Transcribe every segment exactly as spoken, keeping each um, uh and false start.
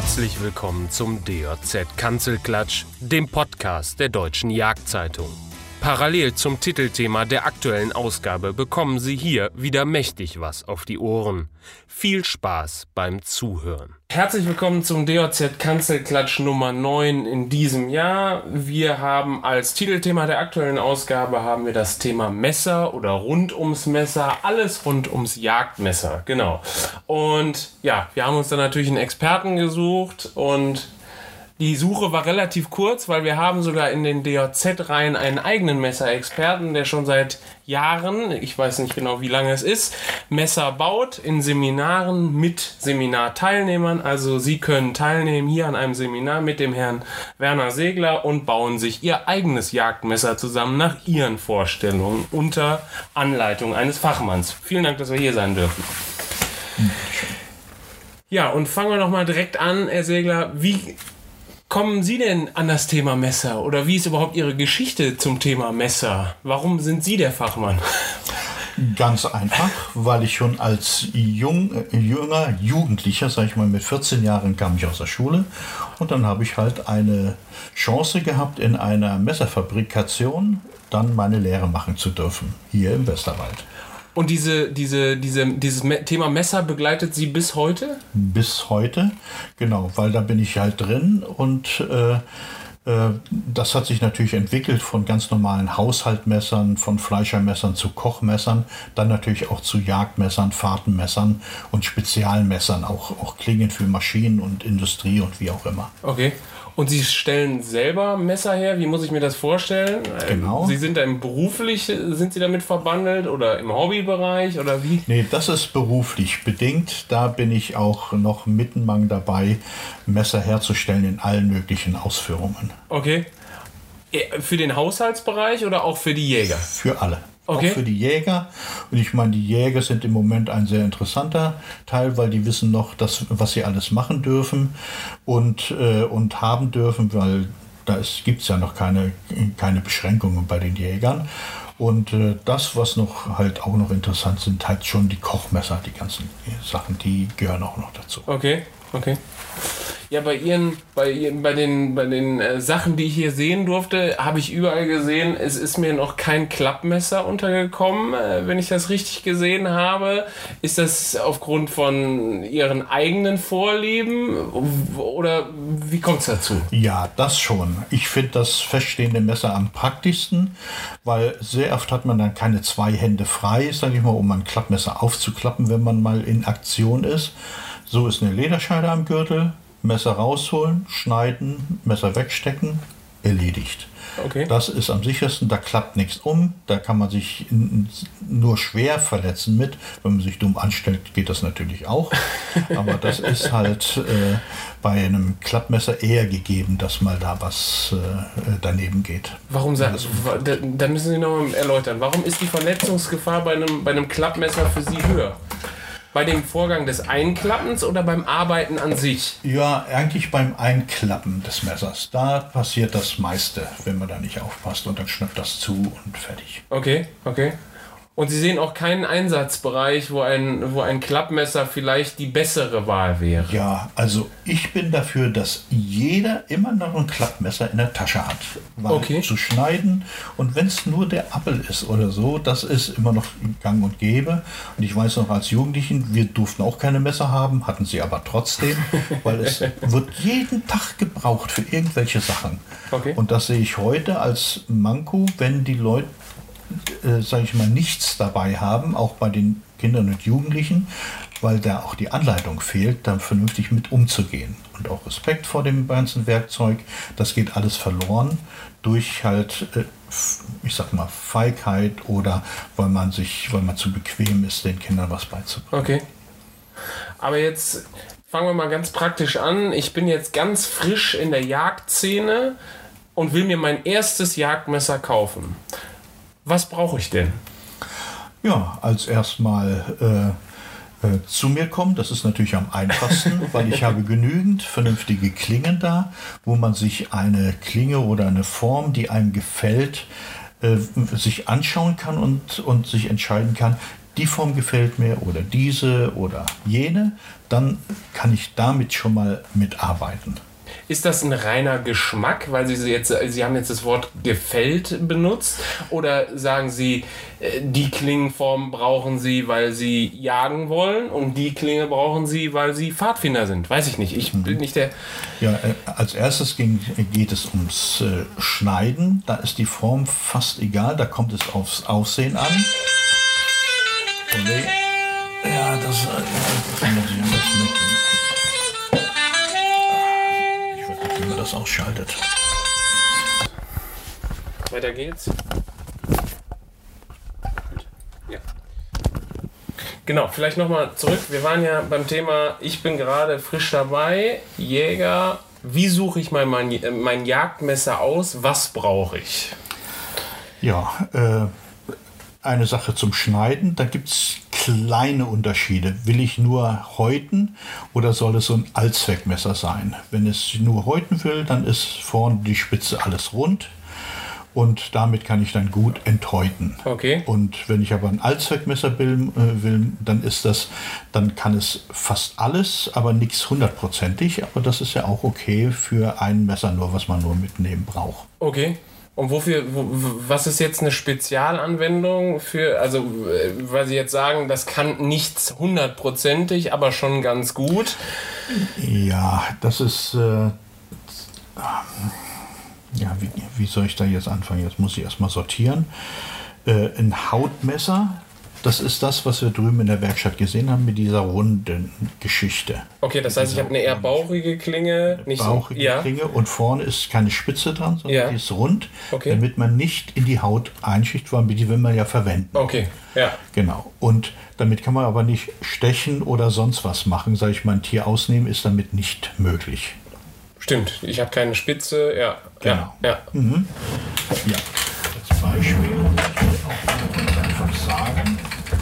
Herzlich willkommen zum D J Z-Kanzelklatsch, dem Podcast der Deutschen Jagdzeitung. Parallel zum Titelthema der aktuellen Ausgabe bekommen Sie hier wieder mächtig was auf die Ohren. Viel Spaß beim Zuhören. Herzlich willkommen zum D J Z-Kanzelklatsch Nummer neun in diesem Jahr. Wir haben als Titelthema der aktuellen Ausgabe haben wir das Thema Messer oder rund ums Messer, alles rund ums Jagdmesser, genau. Und ja, wir haben uns dann natürlich einen Experten gesucht und die Suche war relativ kurz, weil wir haben sogar in den D J Z-Reihen einen eigenen Messerexperten, der schon seit Jahren, ich weiß nicht genau wie lange es ist, Messer baut in Seminaren mit Seminarteilnehmern. Also Sie können teilnehmen hier an einem Seminar mit dem Herrn Werner Segler und bauen sich Ihr eigenes Jagdmesser zusammen nach Ihren Vorstellungen unter Anleitung eines Fachmanns. Vielen Dank, dass wir hier sein dürfen. Ja, und fangen wir noch mal direkt an, Herr Segler. Wie kommen Sie denn an das Thema Messer? Oder wie ist überhaupt Ihre Geschichte zum Thema Messer? Warum sind Sie der Fachmann? Ganz einfach, weil ich schon als jung, äh, junger Jugendlicher, sag ich mal, mit vierzehn Jahren kam ich aus der Schule und dann habe ich halt eine Chance gehabt, in einer Messerfabrikation dann meine Lehre machen zu dürfen, hier im Westerwald. Und diese, diese, diese, dieses Thema Messer begleitet Sie bis heute? Bis heute, genau, weil da bin ich halt drin und äh, äh, das hat sich natürlich entwickelt von ganz normalen Haushaltmessern, von Fleischermessern zu Kochmessern, dann natürlich auch zu Jagdmessern, Fahrtenmessern und Spezialmessern, auch, auch Klingen für Maschinen und Industrie und wie auch immer. Okay. Und Sie stellen selber Messer her? Wie muss ich mir das vorstellen? Genau. Sie sind da im beruflich, sind Sie damit verbandelt oder im Hobbybereich oder wie? Nee, das ist beruflich bedingt. Da bin ich auch noch mittenmang dabei, Messer herzustellen in allen möglichen Ausführungen. Okay. Für den Haushaltsbereich oder auch für die Jäger? Für alle. Okay. Auch für die Jäger. Und ich meine, die Jäger sind im Moment ein sehr interessanter Teil, weil die wissen noch, das, was sie alles machen dürfen und, äh, und haben dürfen, weil da gibt es ja noch keine, keine Beschränkungen bei den Jägern. Und äh, das, was noch halt auch noch interessant sind, halt schon die Kochmesser, die ganzen Sachen, die gehören auch noch dazu. Okay, okay. Ja, bei Ihren, bei Ihren, bei den, bei den äh, Sachen, die ich hier sehen durfte, habe ich überall gesehen, es ist mir noch kein Klappmesser untergekommen, äh, wenn ich das richtig gesehen habe. Ist das aufgrund von Ihren eigenen Vorlieben oder wie kommt es dazu? Ja, das schon. Ich finde das feststehende Messer am praktischsten, weil sehr oft hat man dann keine zwei Hände frei, sage ich mal, um ein Klappmesser aufzuklappen, wenn man mal in Aktion ist. So ist eine Lederscheide am Gürtel, Messer rausholen, schneiden, Messer wegstecken, erledigt. Okay. Das ist am sichersten, da klappt nichts um, da kann man sich nur schwer verletzen mit. Wenn man sich dumm anstellt, geht das natürlich auch. Aber das ist halt äh, bei einem Klappmesser eher gegeben, dass mal da was äh, daneben geht. Warum sagen Sie, da müssen Sie noch mal erläutern, warum ist die Verletzungsgefahr bei einem, bei einem Klappmesser für Sie höher? Bei dem Vorgang des Einklappens oder beim Arbeiten an sich? Ja, eigentlich beim Einklappen des Messers. Da passiert das meiste, wenn man da nicht aufpasst und dann schnappt das zu und fertig. Okay, okay. Und Sie sehen auch keinen Einsatzbereich, wo ein, wo ein Klappmesser vielleicht die bessere Wahl wäre? Ja, also ich bin dafür, dass jeder immer noch ein Klappmesser in der Tasche hat. Weil okay. Zu schneiden und wenn es nur der Appel ist oder so, das ist immer noch gang und gäbe. Und ich weiß noch als Jugendlichen, wir durften auch keine Messer haben, hatten sie aber trotzdem, weil es wird jeden Tag gebraucht für irgendwelche Sachen. Okay. Und das sehe ich heute als Manko, wenn die Leute Äh, sage ich mal, nichts dabei haben, auch bei den Kindern und Jugendlichen, weil da auch die Anleitung fehlt, da vernünftig mit umzugehen. Und auch Respekt vor dem ganzen Werkzeug, das geht alles verloren durch halt, äh, ich sag mal, Feigheit oder weil man sich, weil man zu bequem ist, den Kindern was beizubringen. Okay. Aber jetzt fangen wir mal ganz praktisch an. Ich bin jetzt ganz frisch in der Jagdszene und will mir mein erstes Jagdmesser kaufen. Was brauche ich denn? Ja, als erstmal äh, äh, zu mir kommen. Das ist natürlich am einfachsten, weil ich habe genügend vernünftige Klingen da, wo man sich eine Klinge oder eine Form, die einem gefällt, äh, sich anschauen kann und, und sich entscheiden kann, die Form gefällt mir oder diese oder jene, dann kann ich damit schon mal mitarbeiten. Ist das ein reiner Geschmack, weil Sie jetzt, Sie haben jetzt das Wort gefällt benutzt, oder sagen Sie, die Klingenform brauchen Sie, weil Sie jagen wollen, und die Klinge brauchen Sie, weil Sie Pfadfinder sind? Weiß ich nicht. Ich bin nicht der... Ja, äh, als erstes ging, geht es ums äh, Schneiden. Da ist die Form fast egal, da kommt es aufs Aussehen an. Ja, das, äh, das muss ich anders mitnehmen. Wie man das ausschaltet. Weiter geht's. Ja. Genau, vielleicht nochmal zurück. Wir waren ja beim Thema, ich bin gerade frisch dabei, Jäger. Wie suche ich mein, mein, mein Jagdmesser aus? Was brauche ich? Ja, äh, eine Sache zum Schneiden. Da gibt es kleine Unterschiede. Will ich nur häuten oder soll es so ein Allzweckmesser sein? Wenn es nur häuten will, dann ist vorne die Spitze alles rund und damit kann ich dann gut enthäuten. Okay. Und wenn ich aber ein Allzweckmesser will, äh, will, dann ist das, dann kann es fast alles, aber nichts hundertprozentig. Aber das ist ja auch okay für ein Messer nur, was man nur mitnehmen braucht. Okay. Und wofür, wo, was ist jetzt eine Spezialanwendung für, also weil Sie jetzt sagen, das kann nichts hundertprozentig, aber schon ganz gut? Ja, das ist, äh, ja, wie, wie soll ich da jetzt anfangen? Jetzt muss ich erstmal sortieren. Äh, ein Hautmesser, das ist das, was wir drüben in der Werkstatt gesehen haben mit dieser runden Geschichte. Okay, das heißt, ich habe eine eher bauchige Klinge. Nicht bauchige so, ja. Klinge und vorne ist keine Spitze dran, sondern ja. die ist rund, okay. damit man nicht in die Haut einschicht, weil die will man ja verwenden. Okay, ja. Genau. Und damit kann man aber nicht stechen oder sonst was machen. Sag ich mal, ein Tier ausnehmen ist damit nicht möglich. Stimmt, ich habe keine Spitze, ja. Genau. Ja, ja. Mhm. Ja. Als Beispiel kann ich auch einfach sagen,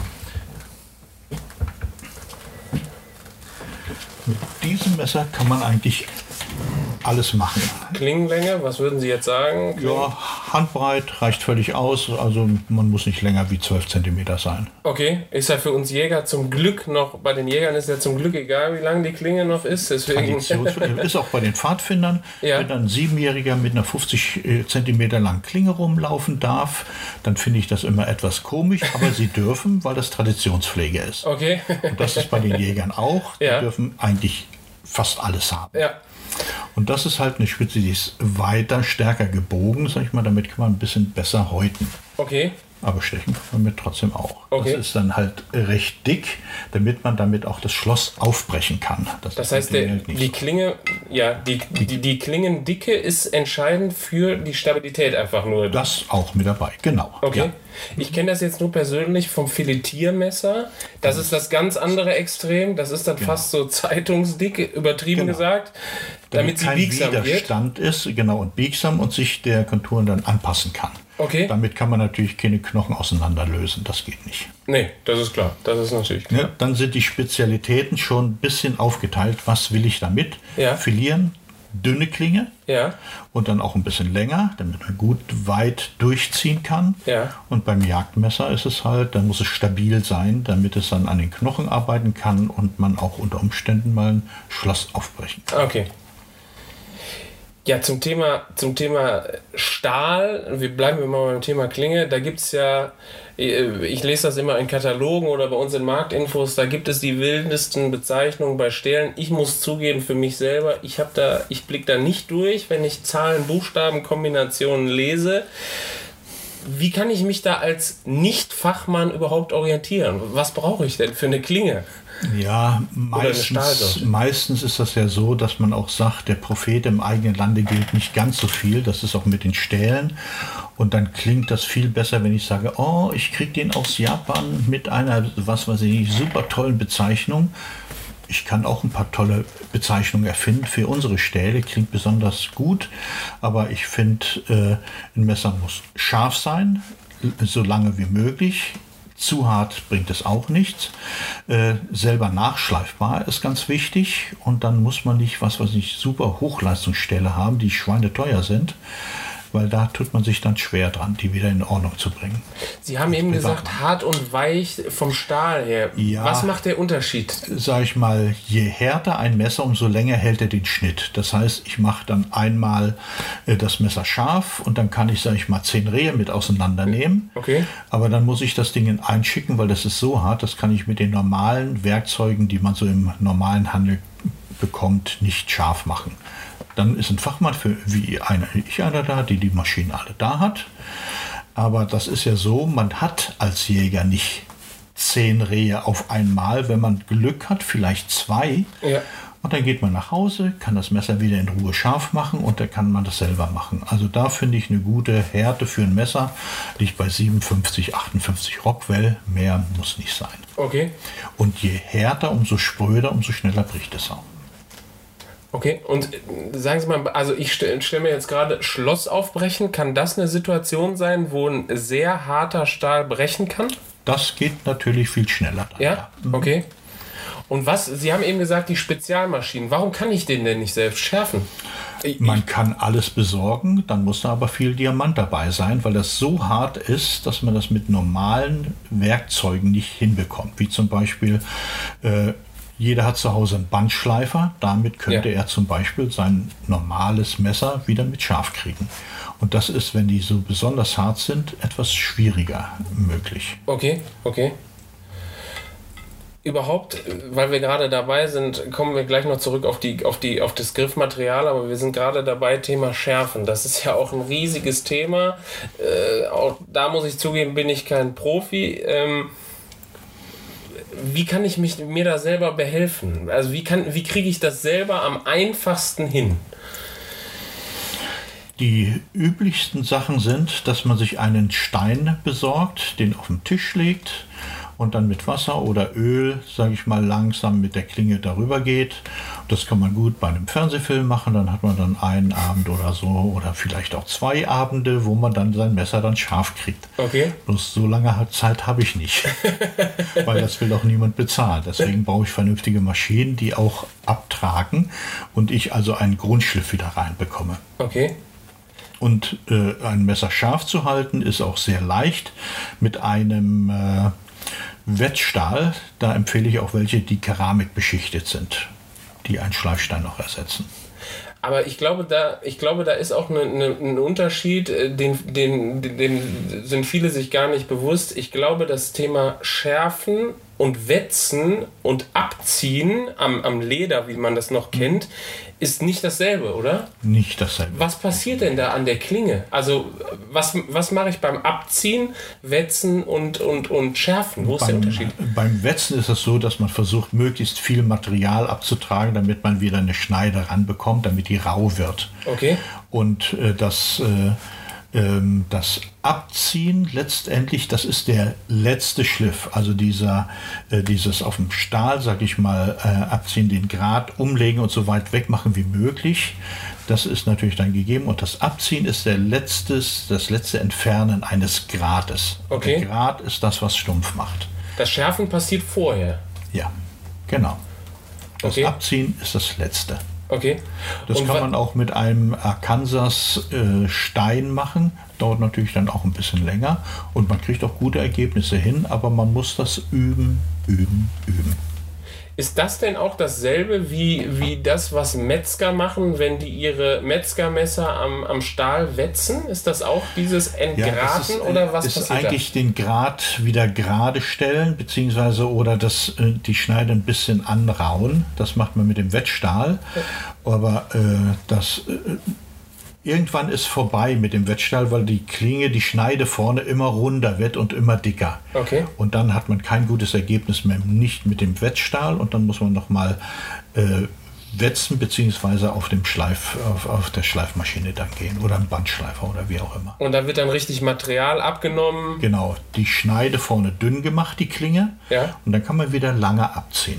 mit diesem Messer kann man eigentlich alles machen. Klingenlänge, was würden Sie jetzt sagen? Ja, handbreit reicht völlig aus. Also man muss nicht länger wie zwölf Zentimeter sein. Okay, ist ja für uns Jäger zum Glück noch, bei den Jägern ist ja zum Glück egal, wie lang die Klinge noch ist. Deswegen ist auch bei den Pfadfindern, ja. Wenn ein Siebenjähriger mit einer fünfzig Zentimeter langen Klinge rumlaufen darf, dann finde ich das immer etwas komisch, aber sie dürfen, weil das Traditionspflege ist. Okay. Und das ist bei den Jägern auch. Die ja. dürfen eigentlich fast alles haben. Ja. Und das ist halt eine Spitze, die ist weiter, stärker gebogen, sag ich mal, damit kann man ein bisschen besser häuten. Okay. Aber stechen kann man mit trotzdem auch. Okay. Das ist dann halt recht dick, damit man damit auch das Schloss aufbrechen kann. Das, das heißt, der, die so. Klinge, ja, die, die, die Klingendicke ist entscheidend für die Stabilität einfach nur. Das auch mit dabei, genau. Okay. Ja. Ich kenne das jetzt nur persönlich vom Filetiermesser. Das ist das ganz andere Extrem. Das ist dann genau. fast so zeitungsdick, übertrieben genau. gesagt, damit, damit sie kein biegsam Widerstand wird. ist, genau, und biegsam und sich der Konturen dann anpassen kann. Okay. Damit kann man natürlich keine Knochen auseinanderlösen, das geht nicht. Nee, das ist klar, das ist natürlich klar. Ja, dann sind die Spezialitäten schon ein bisschen aufgeteilt, was will ich damit? Ja. Filieren, dünne Klinge ja. und dann auch ein bisschen länger, damit man gut weit durchziehen kann. Ja. Und beim Jagdmesser ist es halt, da muss es stabil sein, damit es dann an den Knochen arbeiten kann und man auch unter Umständen mal ein Schloss aufbrechen kann. Okay. Ja, zum Thema, zum Thema Stahl, wir bleiben immer beim Thema Klinge, da gibt es ja, ich lese das immer in Katalogen oder bei uns in Marktinfos, da gibt es die wildesten Bezeichnungen bei Stählen. Ich muss zugeben, für mich selber, ich habe da, ich blicke da nicht durch, wenn ich Zahlen, Buchstaben, Kombinationen lese. Wie kann ich mich da als Nicht-Fachmann überhaupt orientieren? Was brauche ich denn für eine Klinge? Ja, meistens, meistens ist das ja so, dass man auch sagt, der Prophet im eigenen Lande gilt nicht ganz so viel. Das ist auch mit den Stählen. Und dann klingt das viel besser, wenn ich sage, oh, ich kriege den aus Japan mit einer, was weiß ich, super tollen Bezeichnung. Ich kann auch ein paar tolle Bezeichnungen erfinden für unsere Stähle, klingt besonders gut. Aber ich finde, äh, ein Messer muss scharf sein, so lange wie möglich. Zu hart bringt es auch nichts. Äh, selber nachschleifbar ist ganz wichtig. Und dann muss man nicht, was weiß ich, super Hochleistungsstähle haben, die schweineteuer sind. weil da tut man sich dann schwer dran, die wieder in Ordnung zu bringen. Sie haben eben gesagt, hart und weich vom Stahl her. Ja, was macht der Unterschied? Sag ich mal, je härter ein Messer, umso länger hält er den Schnitt. Das heißt, ich mache dann einmal äh, das Messer scharf und dann kann ich, sag ich mal, zehn Rehe mit auseinandernehmen. Okay. Aber dann muss ich das Ding einschicken, weil das ist so hart, das kann ich mit den normalen Werkzeugen, die man so im normalen Handel bekommt, nicht scharf machen. Dann ist ein Fachmann für wie einer, ich einer da, die die Maschinen alle da hat. Aber das ist ja so, man hat als Jäger nicht zehn Rehe auf einmal. Wenn man Glück hat, vielleicht zwei. Ja. Und dann geht man nach Hause, kann das Messer wieder in Ruhe scharf machen und dann kann man das selber machen. Also da finde ich eine gute Härte für ein Messer. Liegt bei siebenundfünfzig, achtundfünfzig Rockwell. Mehr muss nicht sein. Okay. Und je härter, umso spröder, umso schneller bricht es auch. Okay, und sagen Sie mal, also ich stelle stell mir jetzt gerade Schloss aufbrechen. Kann das eine Situation sein, wo ein sehr harter Stahl brechen kann? Das geht natürlich viel schneller. Dann, ja? Mhm. Okay. Und was, Sie haben eben gesagt, die Spezialmaschinen. Warum kann ich den denn nicht selbst schärfen? Ich, Man kann alles besorgen, dann muss da aber viel Diamant dabei sein, weil das so hart ist, dass man das mit normalen Werkzeugen nicht hinbekommt. Wie zum Beispiel... Äh, Jeder hat zu Hause einen Bandschleifer, damit könnte ja. er zum Beispiel sein normales Messer wieder mit scharf kriegen. Und das ist, wenn die so besonders hart sind, etwas schwieriger möglich. Okay, okay. Überhaupt, weil wir gerade dabei sind, kommen wir gleich noch zurück auf, die, auf, die, auf das Griffmaterial, aber wir sind gerade dabei, Thema Schärfen. Das ist ja auch ein riesiges Thema. Äh, auch da muss ich zugeben, bin ich kein Profi. Ähm, Wie kann ich mich, mir da selber behelfen? Also wie, kann, wie kriege ich das selber am einfachsten hin? Die üblichsten Sachen sind, dass man sich einen Stein besorgt, den auf den Tisch legt und dann mit Wasser oder Öl, sage ich mal, langsam mit der Klinge darüber geht. Das kann man gut bei einem Fernsehfilm machen, dann hat man dann einen Abend oder so oder vielleicht auch zwei Abende, wo man dann sein Messer dann scharf kriegt. Okay. Bloß so lange Zeit habe ich nicht, weil das will auch niemand bezahlen. Deswegen brauche ich vernünftige Maschinen, die auch abtragen und ich also einen Grundschliff wieder reinbekomme. Okay. Und äh, ein Messer scharf zu halten ist auch sehr leicht mit einem äh, Wettstahl. Da empfehle ich auch welche, die Keramik beschichtet sind, die einen Schleifstein noch ersetzen. Aber ich glaube, da, ich glaube, da ist auch eine, eine, ein Unterschied, den, den, den sind viele sich gar nicht bewusst. Ich glaube, das Thema Schärfen und Wetzen und Abziehen am, am Leder, wie man das noch kennt, ist nicht dasselbe, oder? Nicht dasselbe. Was passiert denn da an der Klinge? Also, was, was mache ich beim Abziehen, Wetzen und, und, und Schärfen? Wo ist beim, der Unterschied? Beim Wetzen ist es so, dass man versucht, möglichst viel Material abzutragen, damit man wieder eine Schneide ranbekommt, damit die rau wird. Okay. Und äh, das... Äh, Das Abziehen letztendlich, das ist der letzte Schliff, also dieser, äh, dieses auf dem Stahl, sag ich mal, äh, abziehen, den Grat umlegen und so weit weg machen wie möglich. Das ist natürlich dann gegeben und das Abziehen ist der letztes, das letzte Entfernen eines Grates. Okay. Der Grat ist das, was stumpf macht. Das Schärfen passiert vorher? Ja, genau. Das Okay. Abziehen ist das letzte. Okay. Das Und kann wa- man auch mit einem Arkansas äh, Stein machen. Dauert natürlich dann auch ein bisschen länger und man kriegt auch gute Ergebnisse hin, aber man muss das üben, üben, üben. Ist das denn auch dasselbe wie, wie das, was Metzger machen, wenn die ihre Metzgermesser am, am Stahl wetzen? Ist das auch dieses Entgraten das ist, oder was ist passiert eigentlich den Grat wieder gerade stellen, beziehungsweise oder das, äh, die Schneide ein bisschen anrauen. Das macht man mit dem Wettstahl. Aber äh, das... Äh, Irgendwann ist vorbei mit dem Wettstahl, weil die Klinge, die Schneide vorne immer runder wird und immer dicker. Okay. Und dann hat man kein gutes Ergebnis mehr, nicht mit dem Wettstahl. Und dann muss man nochmal äh, wetzen, beziehungsweise auf, dem Schleif, auf, auf der Schleifmaschine dann gehen oder ein Bandschleifer oder wie auch immer. Und da wird dann richtig Material abgenommen. Genau, die Schneide vorne dünn gemacht, die Klinge. Ja. Und dann kann man wieder lange abziehen.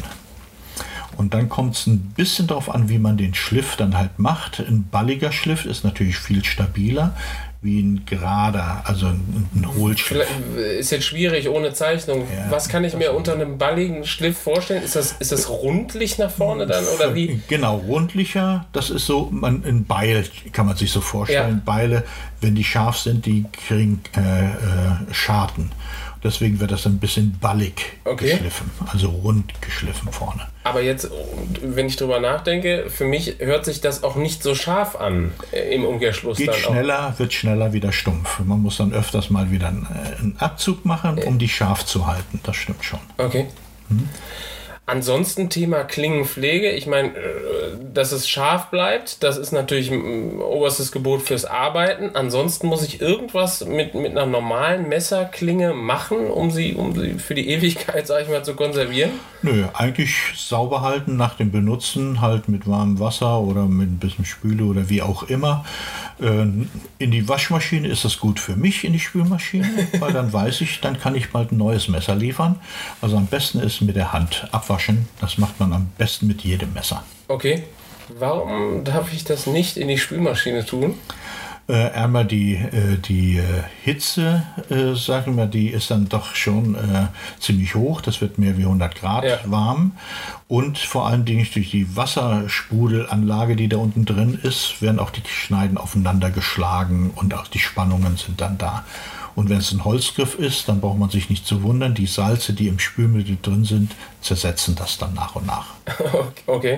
Und dann kommt es ein bisschen darauf an, wie man den Schliff dann halt macht. Ein balliger Schliff ist natürlich viel stabiler. wie ein gerader, also ein, ein Hohlschliff. Ist jetzt schwierig ohne Zeichnung. Ja, was kann ich mir unter einem balligen Schliff vorstellen? Ist das, ist das rundlich nach vorne dann oder wie? Genau, rundlicher. Das ist so man, ein Beil, kann man sich so vorstellen. Ja. Beile, wenn die scharf sind, die kriegen äh, äh, Scharten. Deswegen wird das ein bisschen ballig okay. geschliffen, also rund geschliffen vorne. Aber jetzt, wenn ich drüber nachdenke, für mich hört sich das auch nicht so scharf an äh, im Umkehrschluss. Geht dann schneller, auch. Wird schneller wieder stumpf. Man muss dann öfters mal wieder einen, einen Abzug machen, um die scharf zu halten. Das stimmt schon. Okay. Hm? Ansonsten Thema Klingenpflege. Ich meine, dass es scharf bleibt, das ist natürlich ein oberstes Gebot fürs Arbeiten. Ansonsten muss ich irgendwas mit, mit einer normalen Messerklinge machen, um sie, um sie für die Ewigkeit, sag ich mal, zu konservieren? Nö, eigentlich sauber halten nach dem Benutzen, halt mit warmem Wasser oder mit ein bisschen Spüle oder wie auch immer. In die Waschmaschine ist das gut für mich, in die Spülmaschine, weil dann weiß ich, dann kann ich bald ein neues Messer liefern. Also am besten ist mit der Hand abwaschen. Das macht man am besten mit jedem Messer. Okay. Warum darf ich das nicht in die Spülmaschine tun? Äh, einmal die, äh, die äh, Hitze, äh, sagen wir, die ist dann doch schon äh, ziemlich hoch. Das wird mehr wie hundert Grad ja. warm. Und vor allen Dingen durch die Wassersprudelanlage, die da unten drin ist, werden auch die Schneiden aufeinander geschlagen und auch die Spannungen sind dann da. Und wenn es ein Holzgriff ist, dann braucht man sich nicht zu wundern. Die Salze, die im Spülmittel drin sind, zersetzen das dann nach und nach. Okay.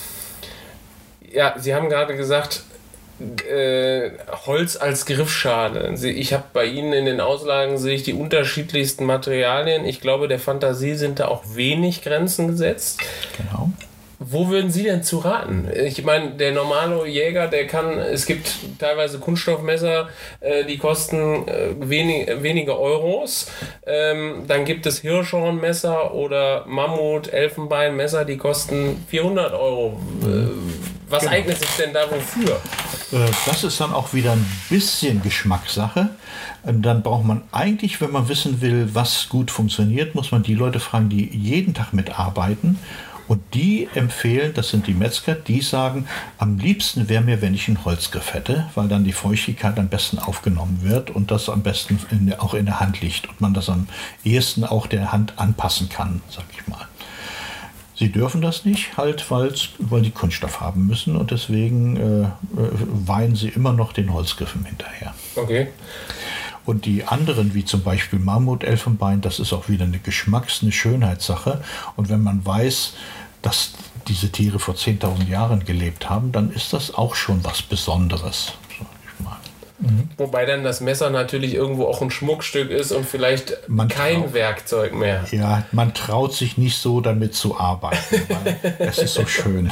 Ja, Sie haben gerade gesagt, Äh, Holz als Griffschale. Ich habe bei Ihnen in den Auslagen sehe ich die unterschiedlichsten Materialien. Ich glaube, der Fantasie sind da auch wenig Grenzen gesetzt. Genau. Wo würden Sie denn zu raten? Ich meine, der normale Jäger, der kann, es gibt teilweise Kunststoffmesser, äh, die kosten äh, wenig, wenige Euros. Ähm, dann gibt es Hirschhornmesser oder Mammut, Elfenbeinmesser, die kosten vierhundert Euro. Äh, was genau. eignet sich denn da wofür? Das ist dann auch wieder ein bisschen Geschmackssache. Dann braucht man eigentlich, wenn man wissen will, was gut funktioniert, muss man die Leute fragen, die jeden Tag mitarbeiten. Und die empfehlen, das sind die Metzger, die sagen, am liebsten wäre mir, wenn ich einen Holzgriff hätte, weil dann die Feuchtigkeit am besten aufgenommen wird und das am besten in, auch in der Hand liegt und man das am ehesten auch der Hand anpassen kann, sag ich mal. Sie dürfen das nicht, halt, weil die Kunststoff haben müssen und deswegen äh, weihen sie immer noch den Holzgriffen hinterher. Okay. Und die anderen, wie zum Beispiel Mammut, Elfenbein, das ist auch wieder eine Geschmacks-, eine Schönheitssache. Und wenn man weiß, dass diese Tiere vor zehntausend Jahren gelebt haben, dann ist das auch schon was Besonderes. Sag ich mal. Mhm. Wobei dann das Messer natürlich irgendwo auch ein Schmuckstück ist und vielleicht man kein traut, Werkzeug mehr. Ja, man traut sich nicht so damit zu arbeiten, weil es ist so schön.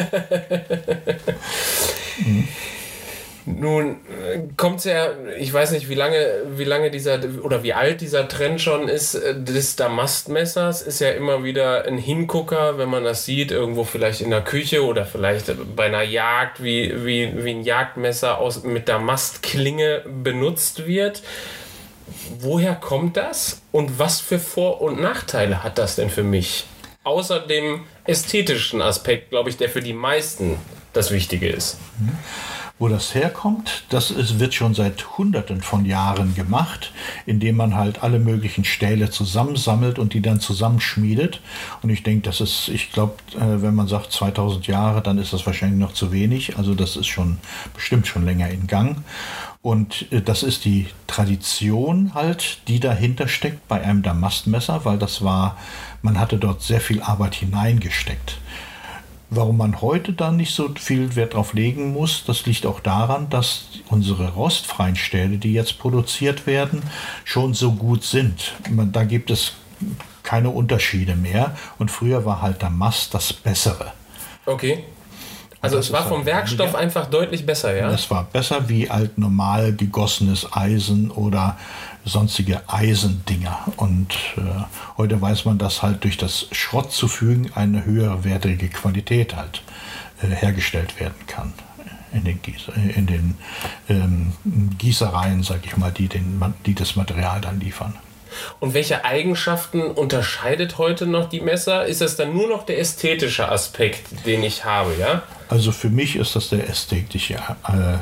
Mhm. Nun kommt es ja, ich weiß nicht, wie lange, wie lange dieser oder wie alt dieser Trend schon ist, des Damastmessers ist ja immer wieder ein Hingucker, wenn man das sieht, irgendwo vielleicht in der Küche oder vielleicht bei einer Jagd, wie, wie, wie ein Jagdmesser aus, mit Damastklinge benutzt wird. Woher kommt das und was für Vor- und Nachteile hat das denn für mich? Außer dem ästhetischen Aspekt, glaube ich, der für die meisten das Wichtige ist. Mhm. Wo das herkommt, das ist, wird schon seit Hunderten von Jahren gemacht, indem man halt alle möglichen Stähle zusammensammelt und die dann zusammenschmiedet. Und ich denke, das ist, ich glaube, wenn man sagt zweitausend Jahre, dann ist das wahrscheinlich noch zu wenig. Also das ist schon bestimmt schon länger in Gang. Und das ist die Tradition halt, die dahinter steckt bei einem Damastmesser, weil das war, man hatte dort sehr viel Arbeit hineingesteckt. Warum man heute dann nicht so viel Wert drauf legen muss, das liegt auch daran, dass unsere rostfreien Stähle, die jetzt produziert werden, schon so gut sind. Da gibt es keine Unterschiede mehr und früher war halt Damast das Bessere. Okay. Also es war vom Werkstoff einfach deutlich besser, ja? Es war besser wie halt normal gegossenes Eisen oder sonstige Eisendinger. Und äh, heute weiß man, dass halt durch das Schrott zufügen eine höhere wertige Qualität halt äh, hergestellt werden kann in den, Gieß- in den ähm, Gießereien, sag ich mal, die, den, die das Material dann liefern. Und welche Eigenschaften unterscheidet heute noch die Messer? Ist das dann nur noch der ästhetische Aspekt, den ich habe, ja? Also für mich ist das der ästhetische äh,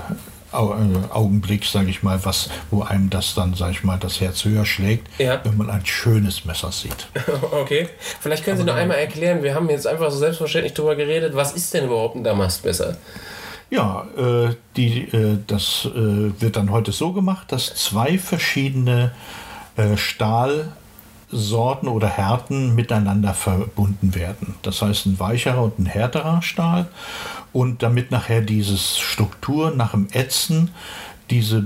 Augenblick, sage ich mal, was, wo einem das dann, sage ich mal, das Herz höher schlägt, ja. wenn man ein schönes Messer sieht. Okay, vielleicht können Sie noch einmal erklären, wir haben jetzt einfach so selbstverständlich darüber geredet, was ist denn überhaupt ein Damastmesser? Ja, äh, die, äh, das äh, wird dann heute so gemacht, dass zwei verschiedene äh, Stahlsorten oder Härten miteinander verbunden werden. Das heißt ein weicherer und ein härterer Stahl. Und damit nachher diese Struktur nach dem Ätzen, diese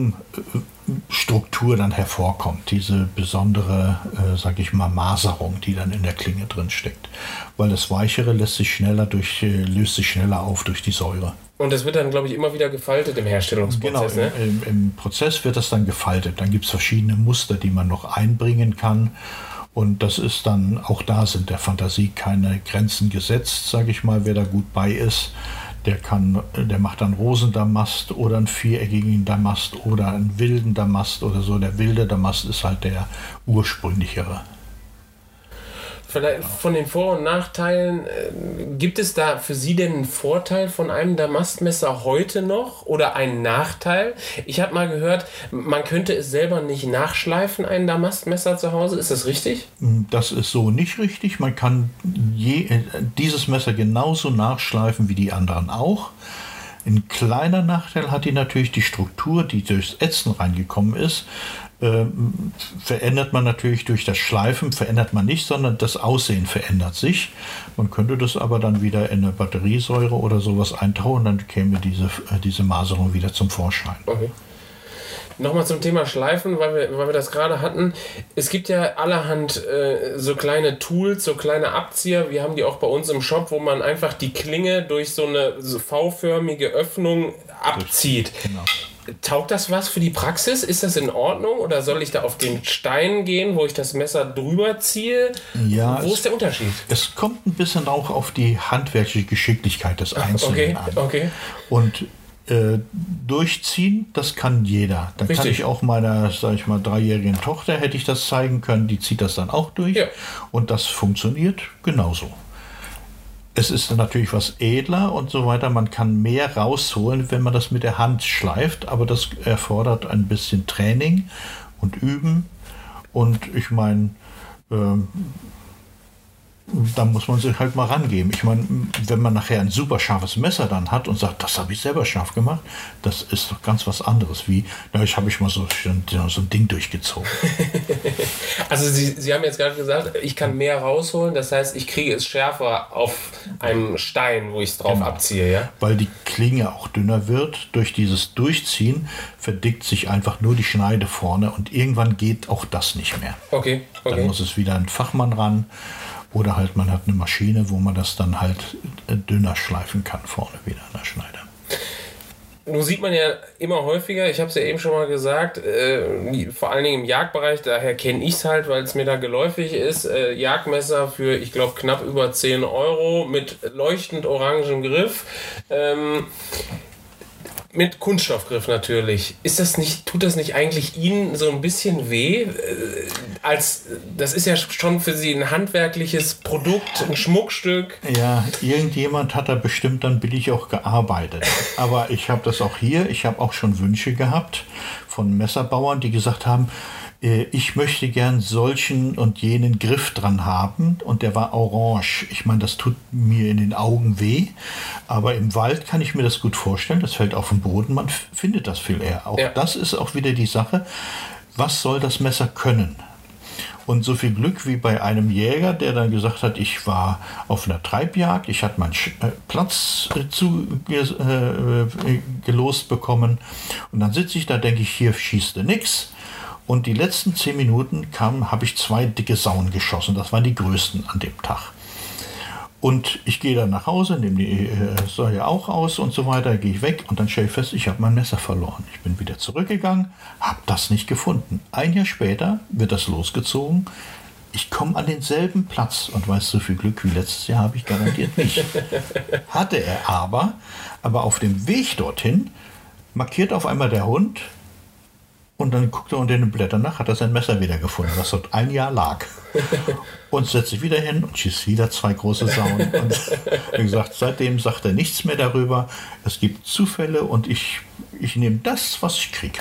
Baumstruktur dann hervorkommt, diese besondere, äh, sag ich mal, Maserung, die dann in der Klinge drin steckt. Weil das Weichere lässt sich schneller durch, äh, löst sich schneller auf durch die Säure. Und das wird dann, glaube ich, immer wieder gefaltet im Herstellungsprozess. Genau, ne? im, im Prozess wird das dann gefaltet. Dann gibt es verschiedene Muster, die man noch einbringen kann. Und das ist dann, auch da sind der Fantasie keine Grenzen gesetzt, sage ich mal, wer da gut bei ist. Der kann, der macht dann Rosendamast oder einen viereckigen Damast oder einen wilden Damast oder so. Der wilde Damast ist halt der ursprünglichere. Vielleicht von den Vor- und Nachteilen, äh, gibt es da für Sie denn einen Vorteil von einem Damastmesser heute noch oder einen Nachteil? Ich habe mal gehört, man könnte es selber nicht nachschleifen, ein Damastmesser zu Hause. Ist das richtig? Das ist so nicht richtig. Man kann je, dieses Messer genauso nachschleifen wie die anderen auch. Ein kleiner Nachteil hat die natürlich die Struktur, die durchs Ätzen reingekommen ist. Ähm, verändert man natürlich durch das Schleifen, verändert man nicht, sondern das Aussehen verändert sich. Man könnte das aber dann wieder in eine Batteriesäure oder sowas eintauchen, dann käme diese, äh, diese Maserung wieder zum Vorschein. Okay. Nochmal zum Thema Schleifen, weil wir, weil wir das gerade hatten. Es gibt ja allerhand äh, so kleine Tools, so kleine Abzieher. Wir haben die auch bei uns im Shop, wo man einfach die Klinge durch so eine so V-förmige Öffnung abzieht. Genau. Taugt das was für die Praxis? Ist das in Ordnung? Oder soll ich da auf den Stein gehen, wo ich das Messer drüber ziehe? Ja, wo ist der Unterschied? Es kommt ein bisschen auch auf die handwerkliche Geschicklichkeit des Einzelnen okay, an. Okay. Und äh, durchziehen, das kann jeder. Dann Richtig. kann ich auch meiner, sag ich mal, dreijährigen Tochter, hätte ich das zeigen können, die zieht das dann auch durch. Ja. Und das funktioniert genauso. Es ist natürlich was edler und so weiter. Man kann mehr rausholen, wenn man das mit der Hand schleift, aber das erfordert ein bisschen Training und Üben. Und ich meine, ähm, da muss man sich halt mal rangeben. Ich meine, wenn man nachher ein super scharfes Messer dann hat und sagt, das habe ich selber scharf gemacht, das ist doch ganz was anderes. Wie, na, ich habe ich mal so, so ein Ding durchgezogen. Also Sie, Sie haben jetzt gerade gesagt, ich kann mehr rausholen, das heißt, ich kriege es schärfer auf einem Stein, wo ich es drauf genau. abziehe, ja? Weil die Klinge auch dünner wird. Durch dieses Durchziehen verdickt sich einfach nur die Schneide vorne und irgendwann geht auch das nicht mehr. Okay, okay. Dann muss es wieder ein Fachmann ran. Oder halt man hat eine Maschine, wo man das dann halt dünner schleifen kann, vorne wieder an der Schneide. Nun sieht man ja immer häufiger, ich habe es ja eben schon mal gesagt, äh, vor allen Dingen im Jagdbereich, daher kenne ich es halt, weil es mir da geläufig ist, äh, Jagdmesser für, ich glaube, knapp über zehn Euro mit leuchtend orangem Griff. Ähm, Mit Kunststoffgriff natürlich. Ist das nicht, tut das nicht eigentlich Ihnen so ein bisschen weh? Als, das ist ja schon für Sie ein handwerkliches Produkt, ein Schmuckstück. Ja, irgendjemand hat da bestimmt dann billig auch gearbeitet. Aber ich habe das auch hier, ich habe auch schon Wünsche gehabt von Messerbauern, die gesagt haben, ich möchte gern solchen und jenen Griff dran haben und der war orange. Ich meine, das tut mir in den Augen weh, aber im Wald kann ich mir das gut vorstellen. Das fällt auf den Boden, man findet das viel eher. Auch ja. Das ist auch wieder die Sache, was soll das Messer können? Und so viel Glück wie bei einem Jäger, der dann gesagt hat, ich war auf einer Treibjagd, ich hatte meinen Platz zugelost bekommen und dann sitze ich da, denke ich, hier schießt du nix. Und die letzten zehn Minuten kam, habe ich zwei dicke Sauen geschossen. Das waren die größten an dem Tag. Und ich gehe dann nach Hause, nehme die äh, Säue auch aus und so weiter, gehe ich weg und dann stelle ich fest, ich habe mein Messer verloren. Ich bin wieder zurückgegangen, habe das nicht gefunden. Ein Jahr später wird das losgezogen. Ich komme an denselben Platz und weiß, so viel Glück wie letztes Jahr habe ich garantiert nicht. Hatte er aber, aber auf dem Weg dorthin markiert auf einmal der Hund. Und dann guckt er unter den Blättern nach, hat er sein Messer wieder gefunden, das dort ein Jahr lag. und setzt sich wieder hin und schießt wieder zwei große Sauen. Und wie gesagt, seitdem sagt er nichts mehr darüber. Es gibt Zufälle und ich, ich nehme das, was ich kriege.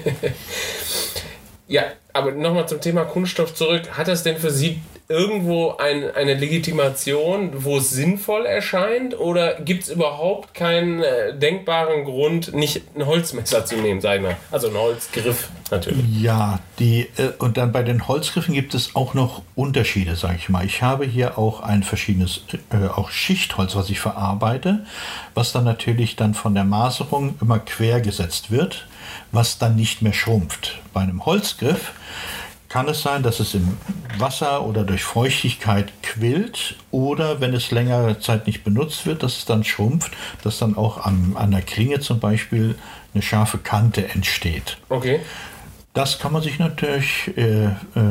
Ja, aber nochmal zum Thema Kunststoff zurück. Hat das denn für Sie irgendwo ein, eine Legitimation, wo es sinnvoll erscheint? Oder gibt es überhaupt keinen äh, denkbaren Grund, nicht ein Holzmesser zu nehmen, sag ich mal? Also ein Holzgriff natürlich. Ja, die, äh, und dann bei den Holzgriffen gibt es auch noch Unterschiede, sage ich mal. Ich habe hier auch ein verschiedenes, äh, auch Schichtholz, was ich verarbeite, was dann natürlich dann von der Maserung immer quer gesetzt wird, was dann nicht mehr schrumpft. Bei einem Holzgriff kann es sein, dass es im Wasser oder durch Feuchtigkeit quillt oder wenn es längere Zeit nicht benutzt wird, dass es dann schrumpft, dass dann auch an, an der Klinge zum Beispiel eine scharfe Kante entsteht. Okay. Das kann man sich natürlich, äh, äh,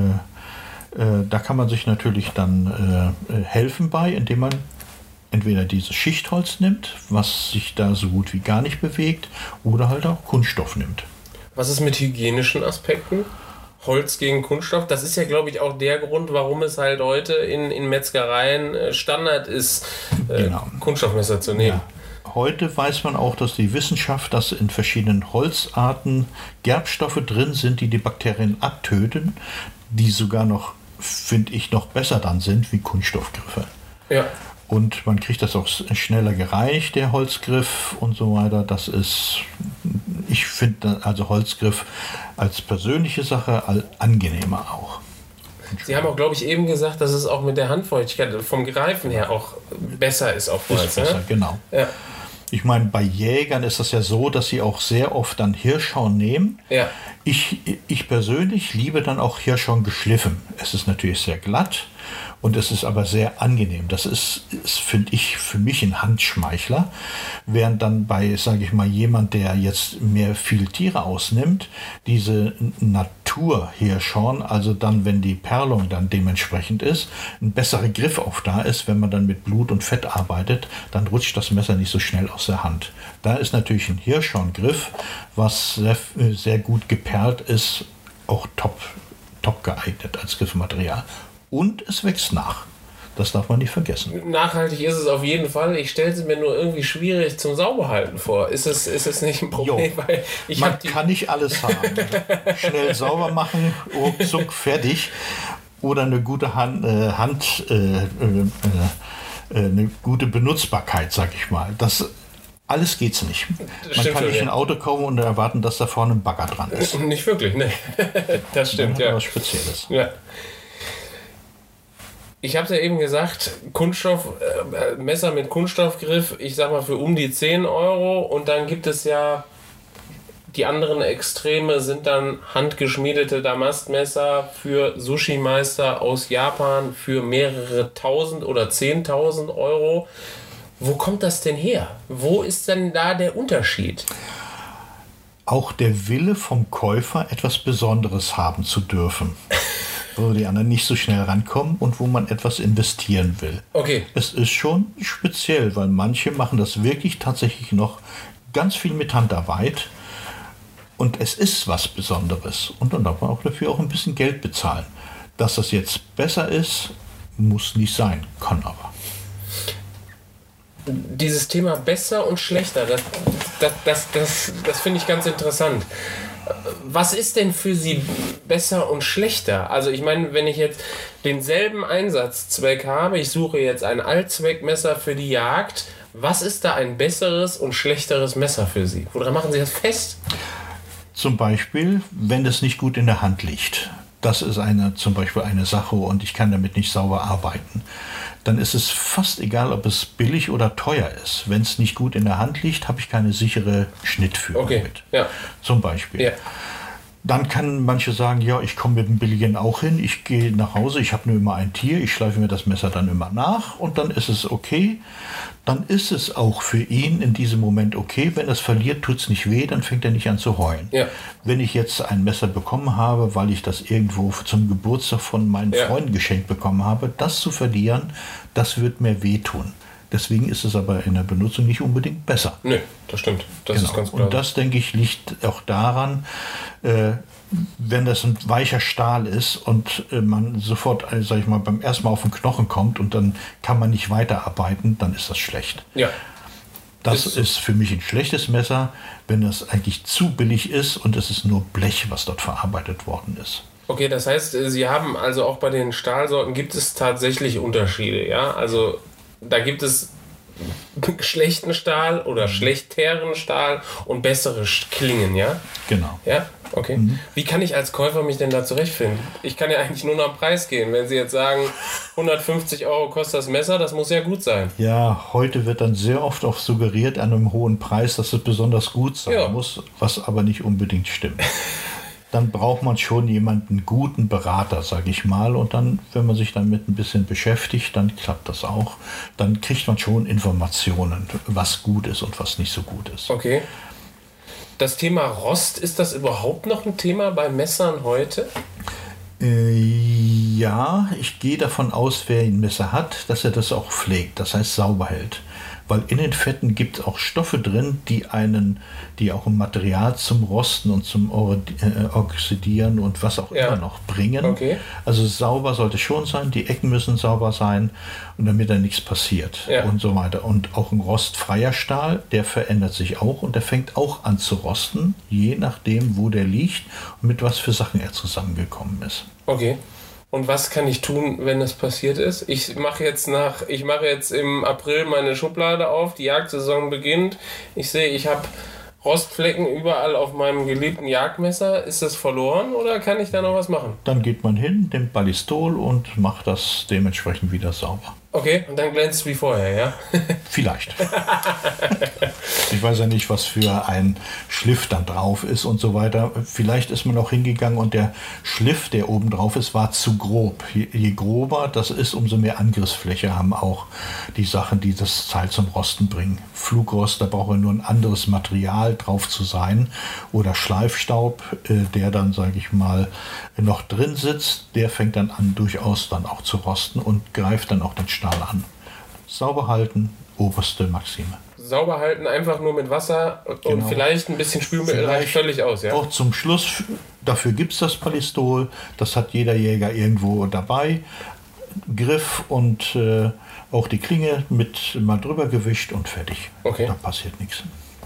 äh, da kann man sich natürlich dann äh, helfen bei, indem man entweder dieses Schichtholz nimmt, was sich da so gut wie gar nicht bewegt, oder halt auch Kunststoff nimmt. Was ist mit hygienischen Aspekten? Holz gegen Kunststoff, das ist ja, glaube ich, auch der Grund, warum es halt heute in, in Metzgereien Standard ist, äh, genau. Kunststoffmesser zu nehmen. Ja. Heute weiß man auch, dass die Wissenschaft, dass in verschiedenen Holzarten Gerbstoffe drin sind, die die Bakterien abtöten, die sogar noch, finde ich, noch besser dann sind wie Kunststoffgriffe. Ja. Und man kriegt das auch schneller gereinigt, der Holzgriff und so weiter. Das ist, ich finde also Holzgriff als persönliche Sache angenehmer auch. Sie haben auch, glaube ich, eben gesagt, dass es auch mit der Handfeuchtigkeit vom Greifen her auch besser ist auf Holz. Ist besser, ne? Genau. Ja. Ich meine, bei Jägern ist das ja so, dass sie auch sehr oft dann Hirschhorn nehmen. Ja. Ich, ich persönlich liebe dann auch Hirschhorn geschliffen. Es ist natürlich sehr glatt und es ist aber sehr angenehm. Das ist, ist finde ich, für mich ein Handschmeichler. Während dann bei, sage ich mal, jemand, der jetzt mehr viel Tiere ausnimmt, diese Natur-Hirschhorn, also dann, wenn die Perlung dann dementsprechend ist, ein besserer Griff auch da ist, wenn man dann mit Blut und Fett arbeitet, dann rutscht das Messer nicht so schnell aus der Hand. Da ist natürlich ein Hirschhorngriff, was sehr, sehr gut geperlt ist, auch top, top geeignet als Griffmaterial. Und es wächst nach. Das darf man nicht vergessen. Nachhaltig ist es auf jeden Fall. Ich stelle es mir nur irgendwie schwierig zum Sauberhalten vor. Ist es, ist es nicht ein Problem? Jo, weil ich man kann nicht alles haben. Schnell sauber machen, ruckzuck, fertig. Oder eine gute Hand, äh, Hand äh, äh, äh, eine gute Benutzbarkeit, sag ich mal. Das alles geht's nicht. Das man kann nicht in ein Auto kommen und erwarten, dass da vorne ein Bagger dran ist. Nicht wirklich, ne. Das stimmt, ja. Was Spezielles. Ja. Ich habe es ja eben gesagt, Kunststoff, äh, Messer mit Kunststoffgriff, ich sag mal für um die zehn Euro. Und dann gibt es ja, die anderen Extreme sind dann handgeschmiedete Damastmesser für Sushi-Meister aus Japan für mehrere tausend oder zehntausend Euro. Wo kommt das denn her? Wo ist denn da der Unterschied? Auch der Wille vom Käufer, etwas Besonderes haben zu dürfen. Wo die anderen nicht so schnell rankommen und wo man etwas investieren will. Okay. Es ist schon speziell, weil manche machen das wirklich tatsächlich noch ganz viel mit Handarbeit und es ist was Besonderes und dann darf man auch dafür auch ein bisschen Geld bezahlen. Dass das jetzt besser ist, muss nicht sein, kann aber. Dieses Thema besser und schlechter, das, das, das, das, das finde ich ganz interessant. Was ist denn für Sie besser und schlechter? Also ich meine, wenn ich jetzt denselben Einsatzzweck habe, ich suche jetzt ein Allzweckmesser für die Jagd, was ist da ein besseres und schlechteres Messer für Sie? Woran machen Sie das fest? Zum Beispiel, wenn es nicht gut in der Hand liegt. Das ist eine, zum Beispiel eine Sache und ich kann damit nicht sauber arbeiten. Dann ist es fast egal, ob es billig oder teuer ist. Wenn es nicht gut in der Hand liegt, habe ich keine sichere Schnittführung okay. mit. Ja. Zum Beispiel. Ja. Dann kann manche sagen, ja, ich komme mit dem Billigen auch hin, ich gehe nach Hause, ich habe nur immer ein Tier, ich schleife mir das Messer dann immer nach und dann ist es okay. Dann ist es auch für ihn in diesem Moment okay. Wenn er es verliert, tut es nicht weh, dann fängt er nicht an zu heulen. Ja. Wenn ich jetzt ein Messer bekommen habe, weil ich das irgendwo zum Geburtstag von meinen ja. Freunden geschenkt bekommen habe, das zu verlieren, das wird mir wehtun. Deswegen ist es aber in der Benutzung nicht unbedingt besser. Nö, das stimmt. Das genau. ist ganz klar. Und das, denke ich, liegt auch daran, äh, wenn das ein weicher Stahl ist und äh, man sofort, äh, sag ich mal, beim ersten Mal auf den Knochen kommt und dann kann man nicht weiterarbeiten, dann ist das schlecht. Ja. Das ist, ist für mich ein schlechtes Messer, wenn das eigentlich zu billig ist und es ist nur Blech, was dort verarbeitet worden ist. Okay, das heißt, Sie haben also auch bei den Stahlsorten gibt es tatsächlich Unterschiede, ja? Also da gibt es schlechten Stahl oder schlechteren Stahl und bessere Klingen, ja? Genau. Ja, okay. Mhm. Wie kann ich als Käufer mich denn da zurechtfinden? Ich kann ja eigentlich nur nach dem Preis gehen. Wenn Sie jetzt sagen, hundertfünfzig Euro kostet das Messer, das muss ja gut sein. Ja, heute wird dann sehr oft auch suggeriert an einem hohen Preis, dass es besonders gut sein ja. muss, was aber nicht unbedingt stimmt. Dann braucht man schon jemanden guten Berater, sage ich mal. Und dann, wenn man sich damit ein bisschen beschäftigt, dann klappt das auch. Dann kriegt man schon Informationen, was gut ist und was nicht so gut ist. Okay. Das Thema Rost, ist das überhaupt noch ein Thema bei Messern heute? Äh, ja, ich gehe davon aus, wer ein Messer hat, dass er das auch pflegt, das heißt sauber hält. Weil in den Fetten gibt es auch Stoffe drin, die einen, die auch ein Material zum Rosten und zum Oxidieren und was auch ja. immer noch bringen. Okay. Also sauber sollte schon sein, die Ecken müssen sauber sein und damit da nichts passiert ja. und so weiter. Und auch ein rostfreier Stahl, der verändert sich auch und der fängt auch an zu rosten, je nachdem, wo der liegt und mit was für Sachen er zusammengekommen ist. Okay. Und was kann ich tun, wenn das passiert ist? Ich mache jetzt nach, ich mache jetzt im April meine Schublade auf, die Jagdsaison beginnt. Ich sehe, ich habe Rostflecken überall auf meinem geliebten Jagdmesser. Ist das verloren oder kann ich da noch was machen? Dann geht man hin, nimmt Ballistol und macht das dementsprechend wieder sauber. Okay, und dann glänzt wie vorher, ja? Vielleicht. Ich weiß ja nicht, was für ein Schliff dann drauf ist und so weiter. Vielleicht ist man auch hingegangen und der Schliff, der oben drauf ist, war zu grob. Je, je grober das ist, umso mehr Angriffsfläche haben auch die Sachen, die das Teil zum Rosten bringen. Flugrost, da braucht man nur ein anderes Material drauf zu sein. Oder Schleifstaub, äh, der dann, sage ich mal, noch drin sitzt, der fängt dann an, durchaus dann auch zu rosten und greift dann auch den Stahl an. Sauber halten, oberste Maxime. Sauber halten, einfach nur mit Wasser und genau. vielleicht ein bisschen Spülmittel reicht völlig aus, ja? Auch zum Schluss, dafür gibt es das Ballistol, das hat jeder Jäger irgendwo dabei. Griff und äh, auch die Klinge mit mal drüber gewischt und fertig. Okay. Da passiert nichts.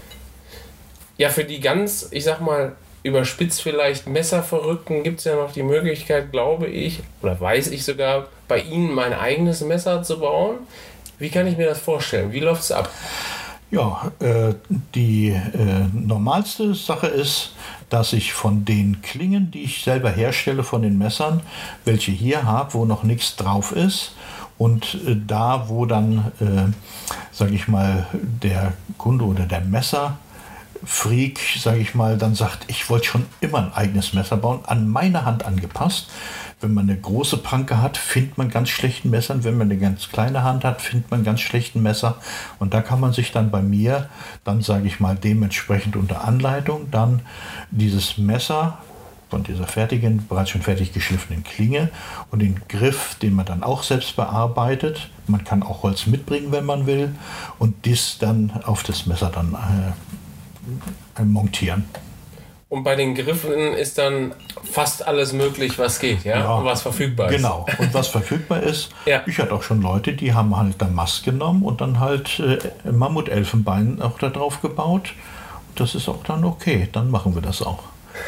Ja, für die ganz, ich sag mal, überspitzt vielleicht Messerverrückten gibt es ja noch die Möglichkeit, glaube ich, oder weiß ich sogar, bei Ihnen mein eigenes Messer zu bauen. Wie kann ich mir das vorstellen? Wie läuft es ab? Ja, äh, die äh, normalste Sache ist, dass ich von den Klingen, die ich selber herstelle, von den Messern, welche hier habe, wo noch nichts drauf ist, und äh, da, wo dann, äh, sage ich mal, der Kunde oder der Messer Freak, sage ich mal, dann sagt, ich wollte schon immer ein eigenes Messer bauen, an meine Hand angepasst. Wenn man eine große Pranke hat, findet man ganz schlechten Messern. Wenn man eine ganz kleine Hand hat, findet man ganz schlechten Messer. Und da kann man sich dann bei mir, dann sage ich mal, dementsprechend unter Anleitung, dann dieses Messer von dieser fertigen, bereits schon fertig geschliffenen Klinge und den Griff, den man dann auch selbst bearbeitet. Man kann auch Holz mitbringen, wenn man will, und dies dann auf das Messer dann äh, montieren. Und bei den Griffen ist dann fast alles möglich, was geht, ja? Ja, und was verfügbar ist. Genau, und was verfügbar ist. Ja. Ich hatte auch schon Leute, die haben halt Damast genommen und dann halt äh, Mammutelfenbein auch da drauf gebaut. Das ist auch dann okay, dann machen wir das auch.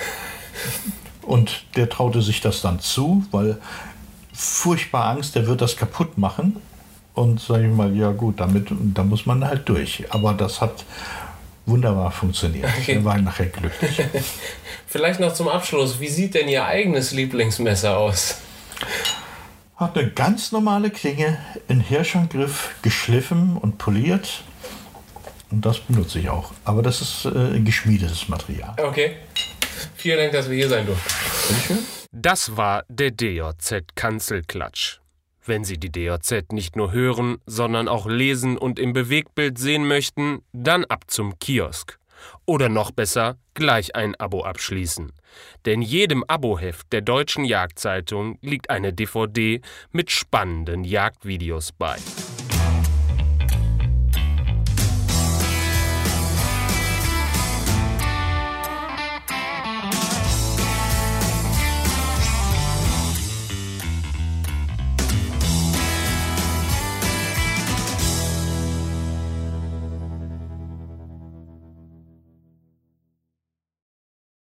Und der traute sich das dann zu, weil furchtbar Angst, der wird das kaputt machen. Und sage ich mal, ja gut, damit, da muss man halt durch. Aber das hat wunderbar funktioniert. Okay. Wir waren nachher glücklich. Vielleicht noch zum Abschluss, wie sieht denn Ihr eigenes Lieblingsmesser aus? Hat eine ganz normale Klinge, in Hirschangriff, geschliffen und poliert. Und das benutze ich auch. Aber das ist äh, geschmiedetes Material. Okay. Vielen Dank, dass wir hier sein durften. Bitteschön. Das war der D J Z-Kanzelklatsch. Wenn Sie die D J Z nicht nur hören, sondern auch lesen und im Bewegtbild sehen möchten, dann ab zum Kiosk. Oder noch besser, gleich ein Abo abschließen. Denn jedem Aboheft der Deutschen Jagdzeitung liegt eine D V D mit spannenden Jagdvideos bei.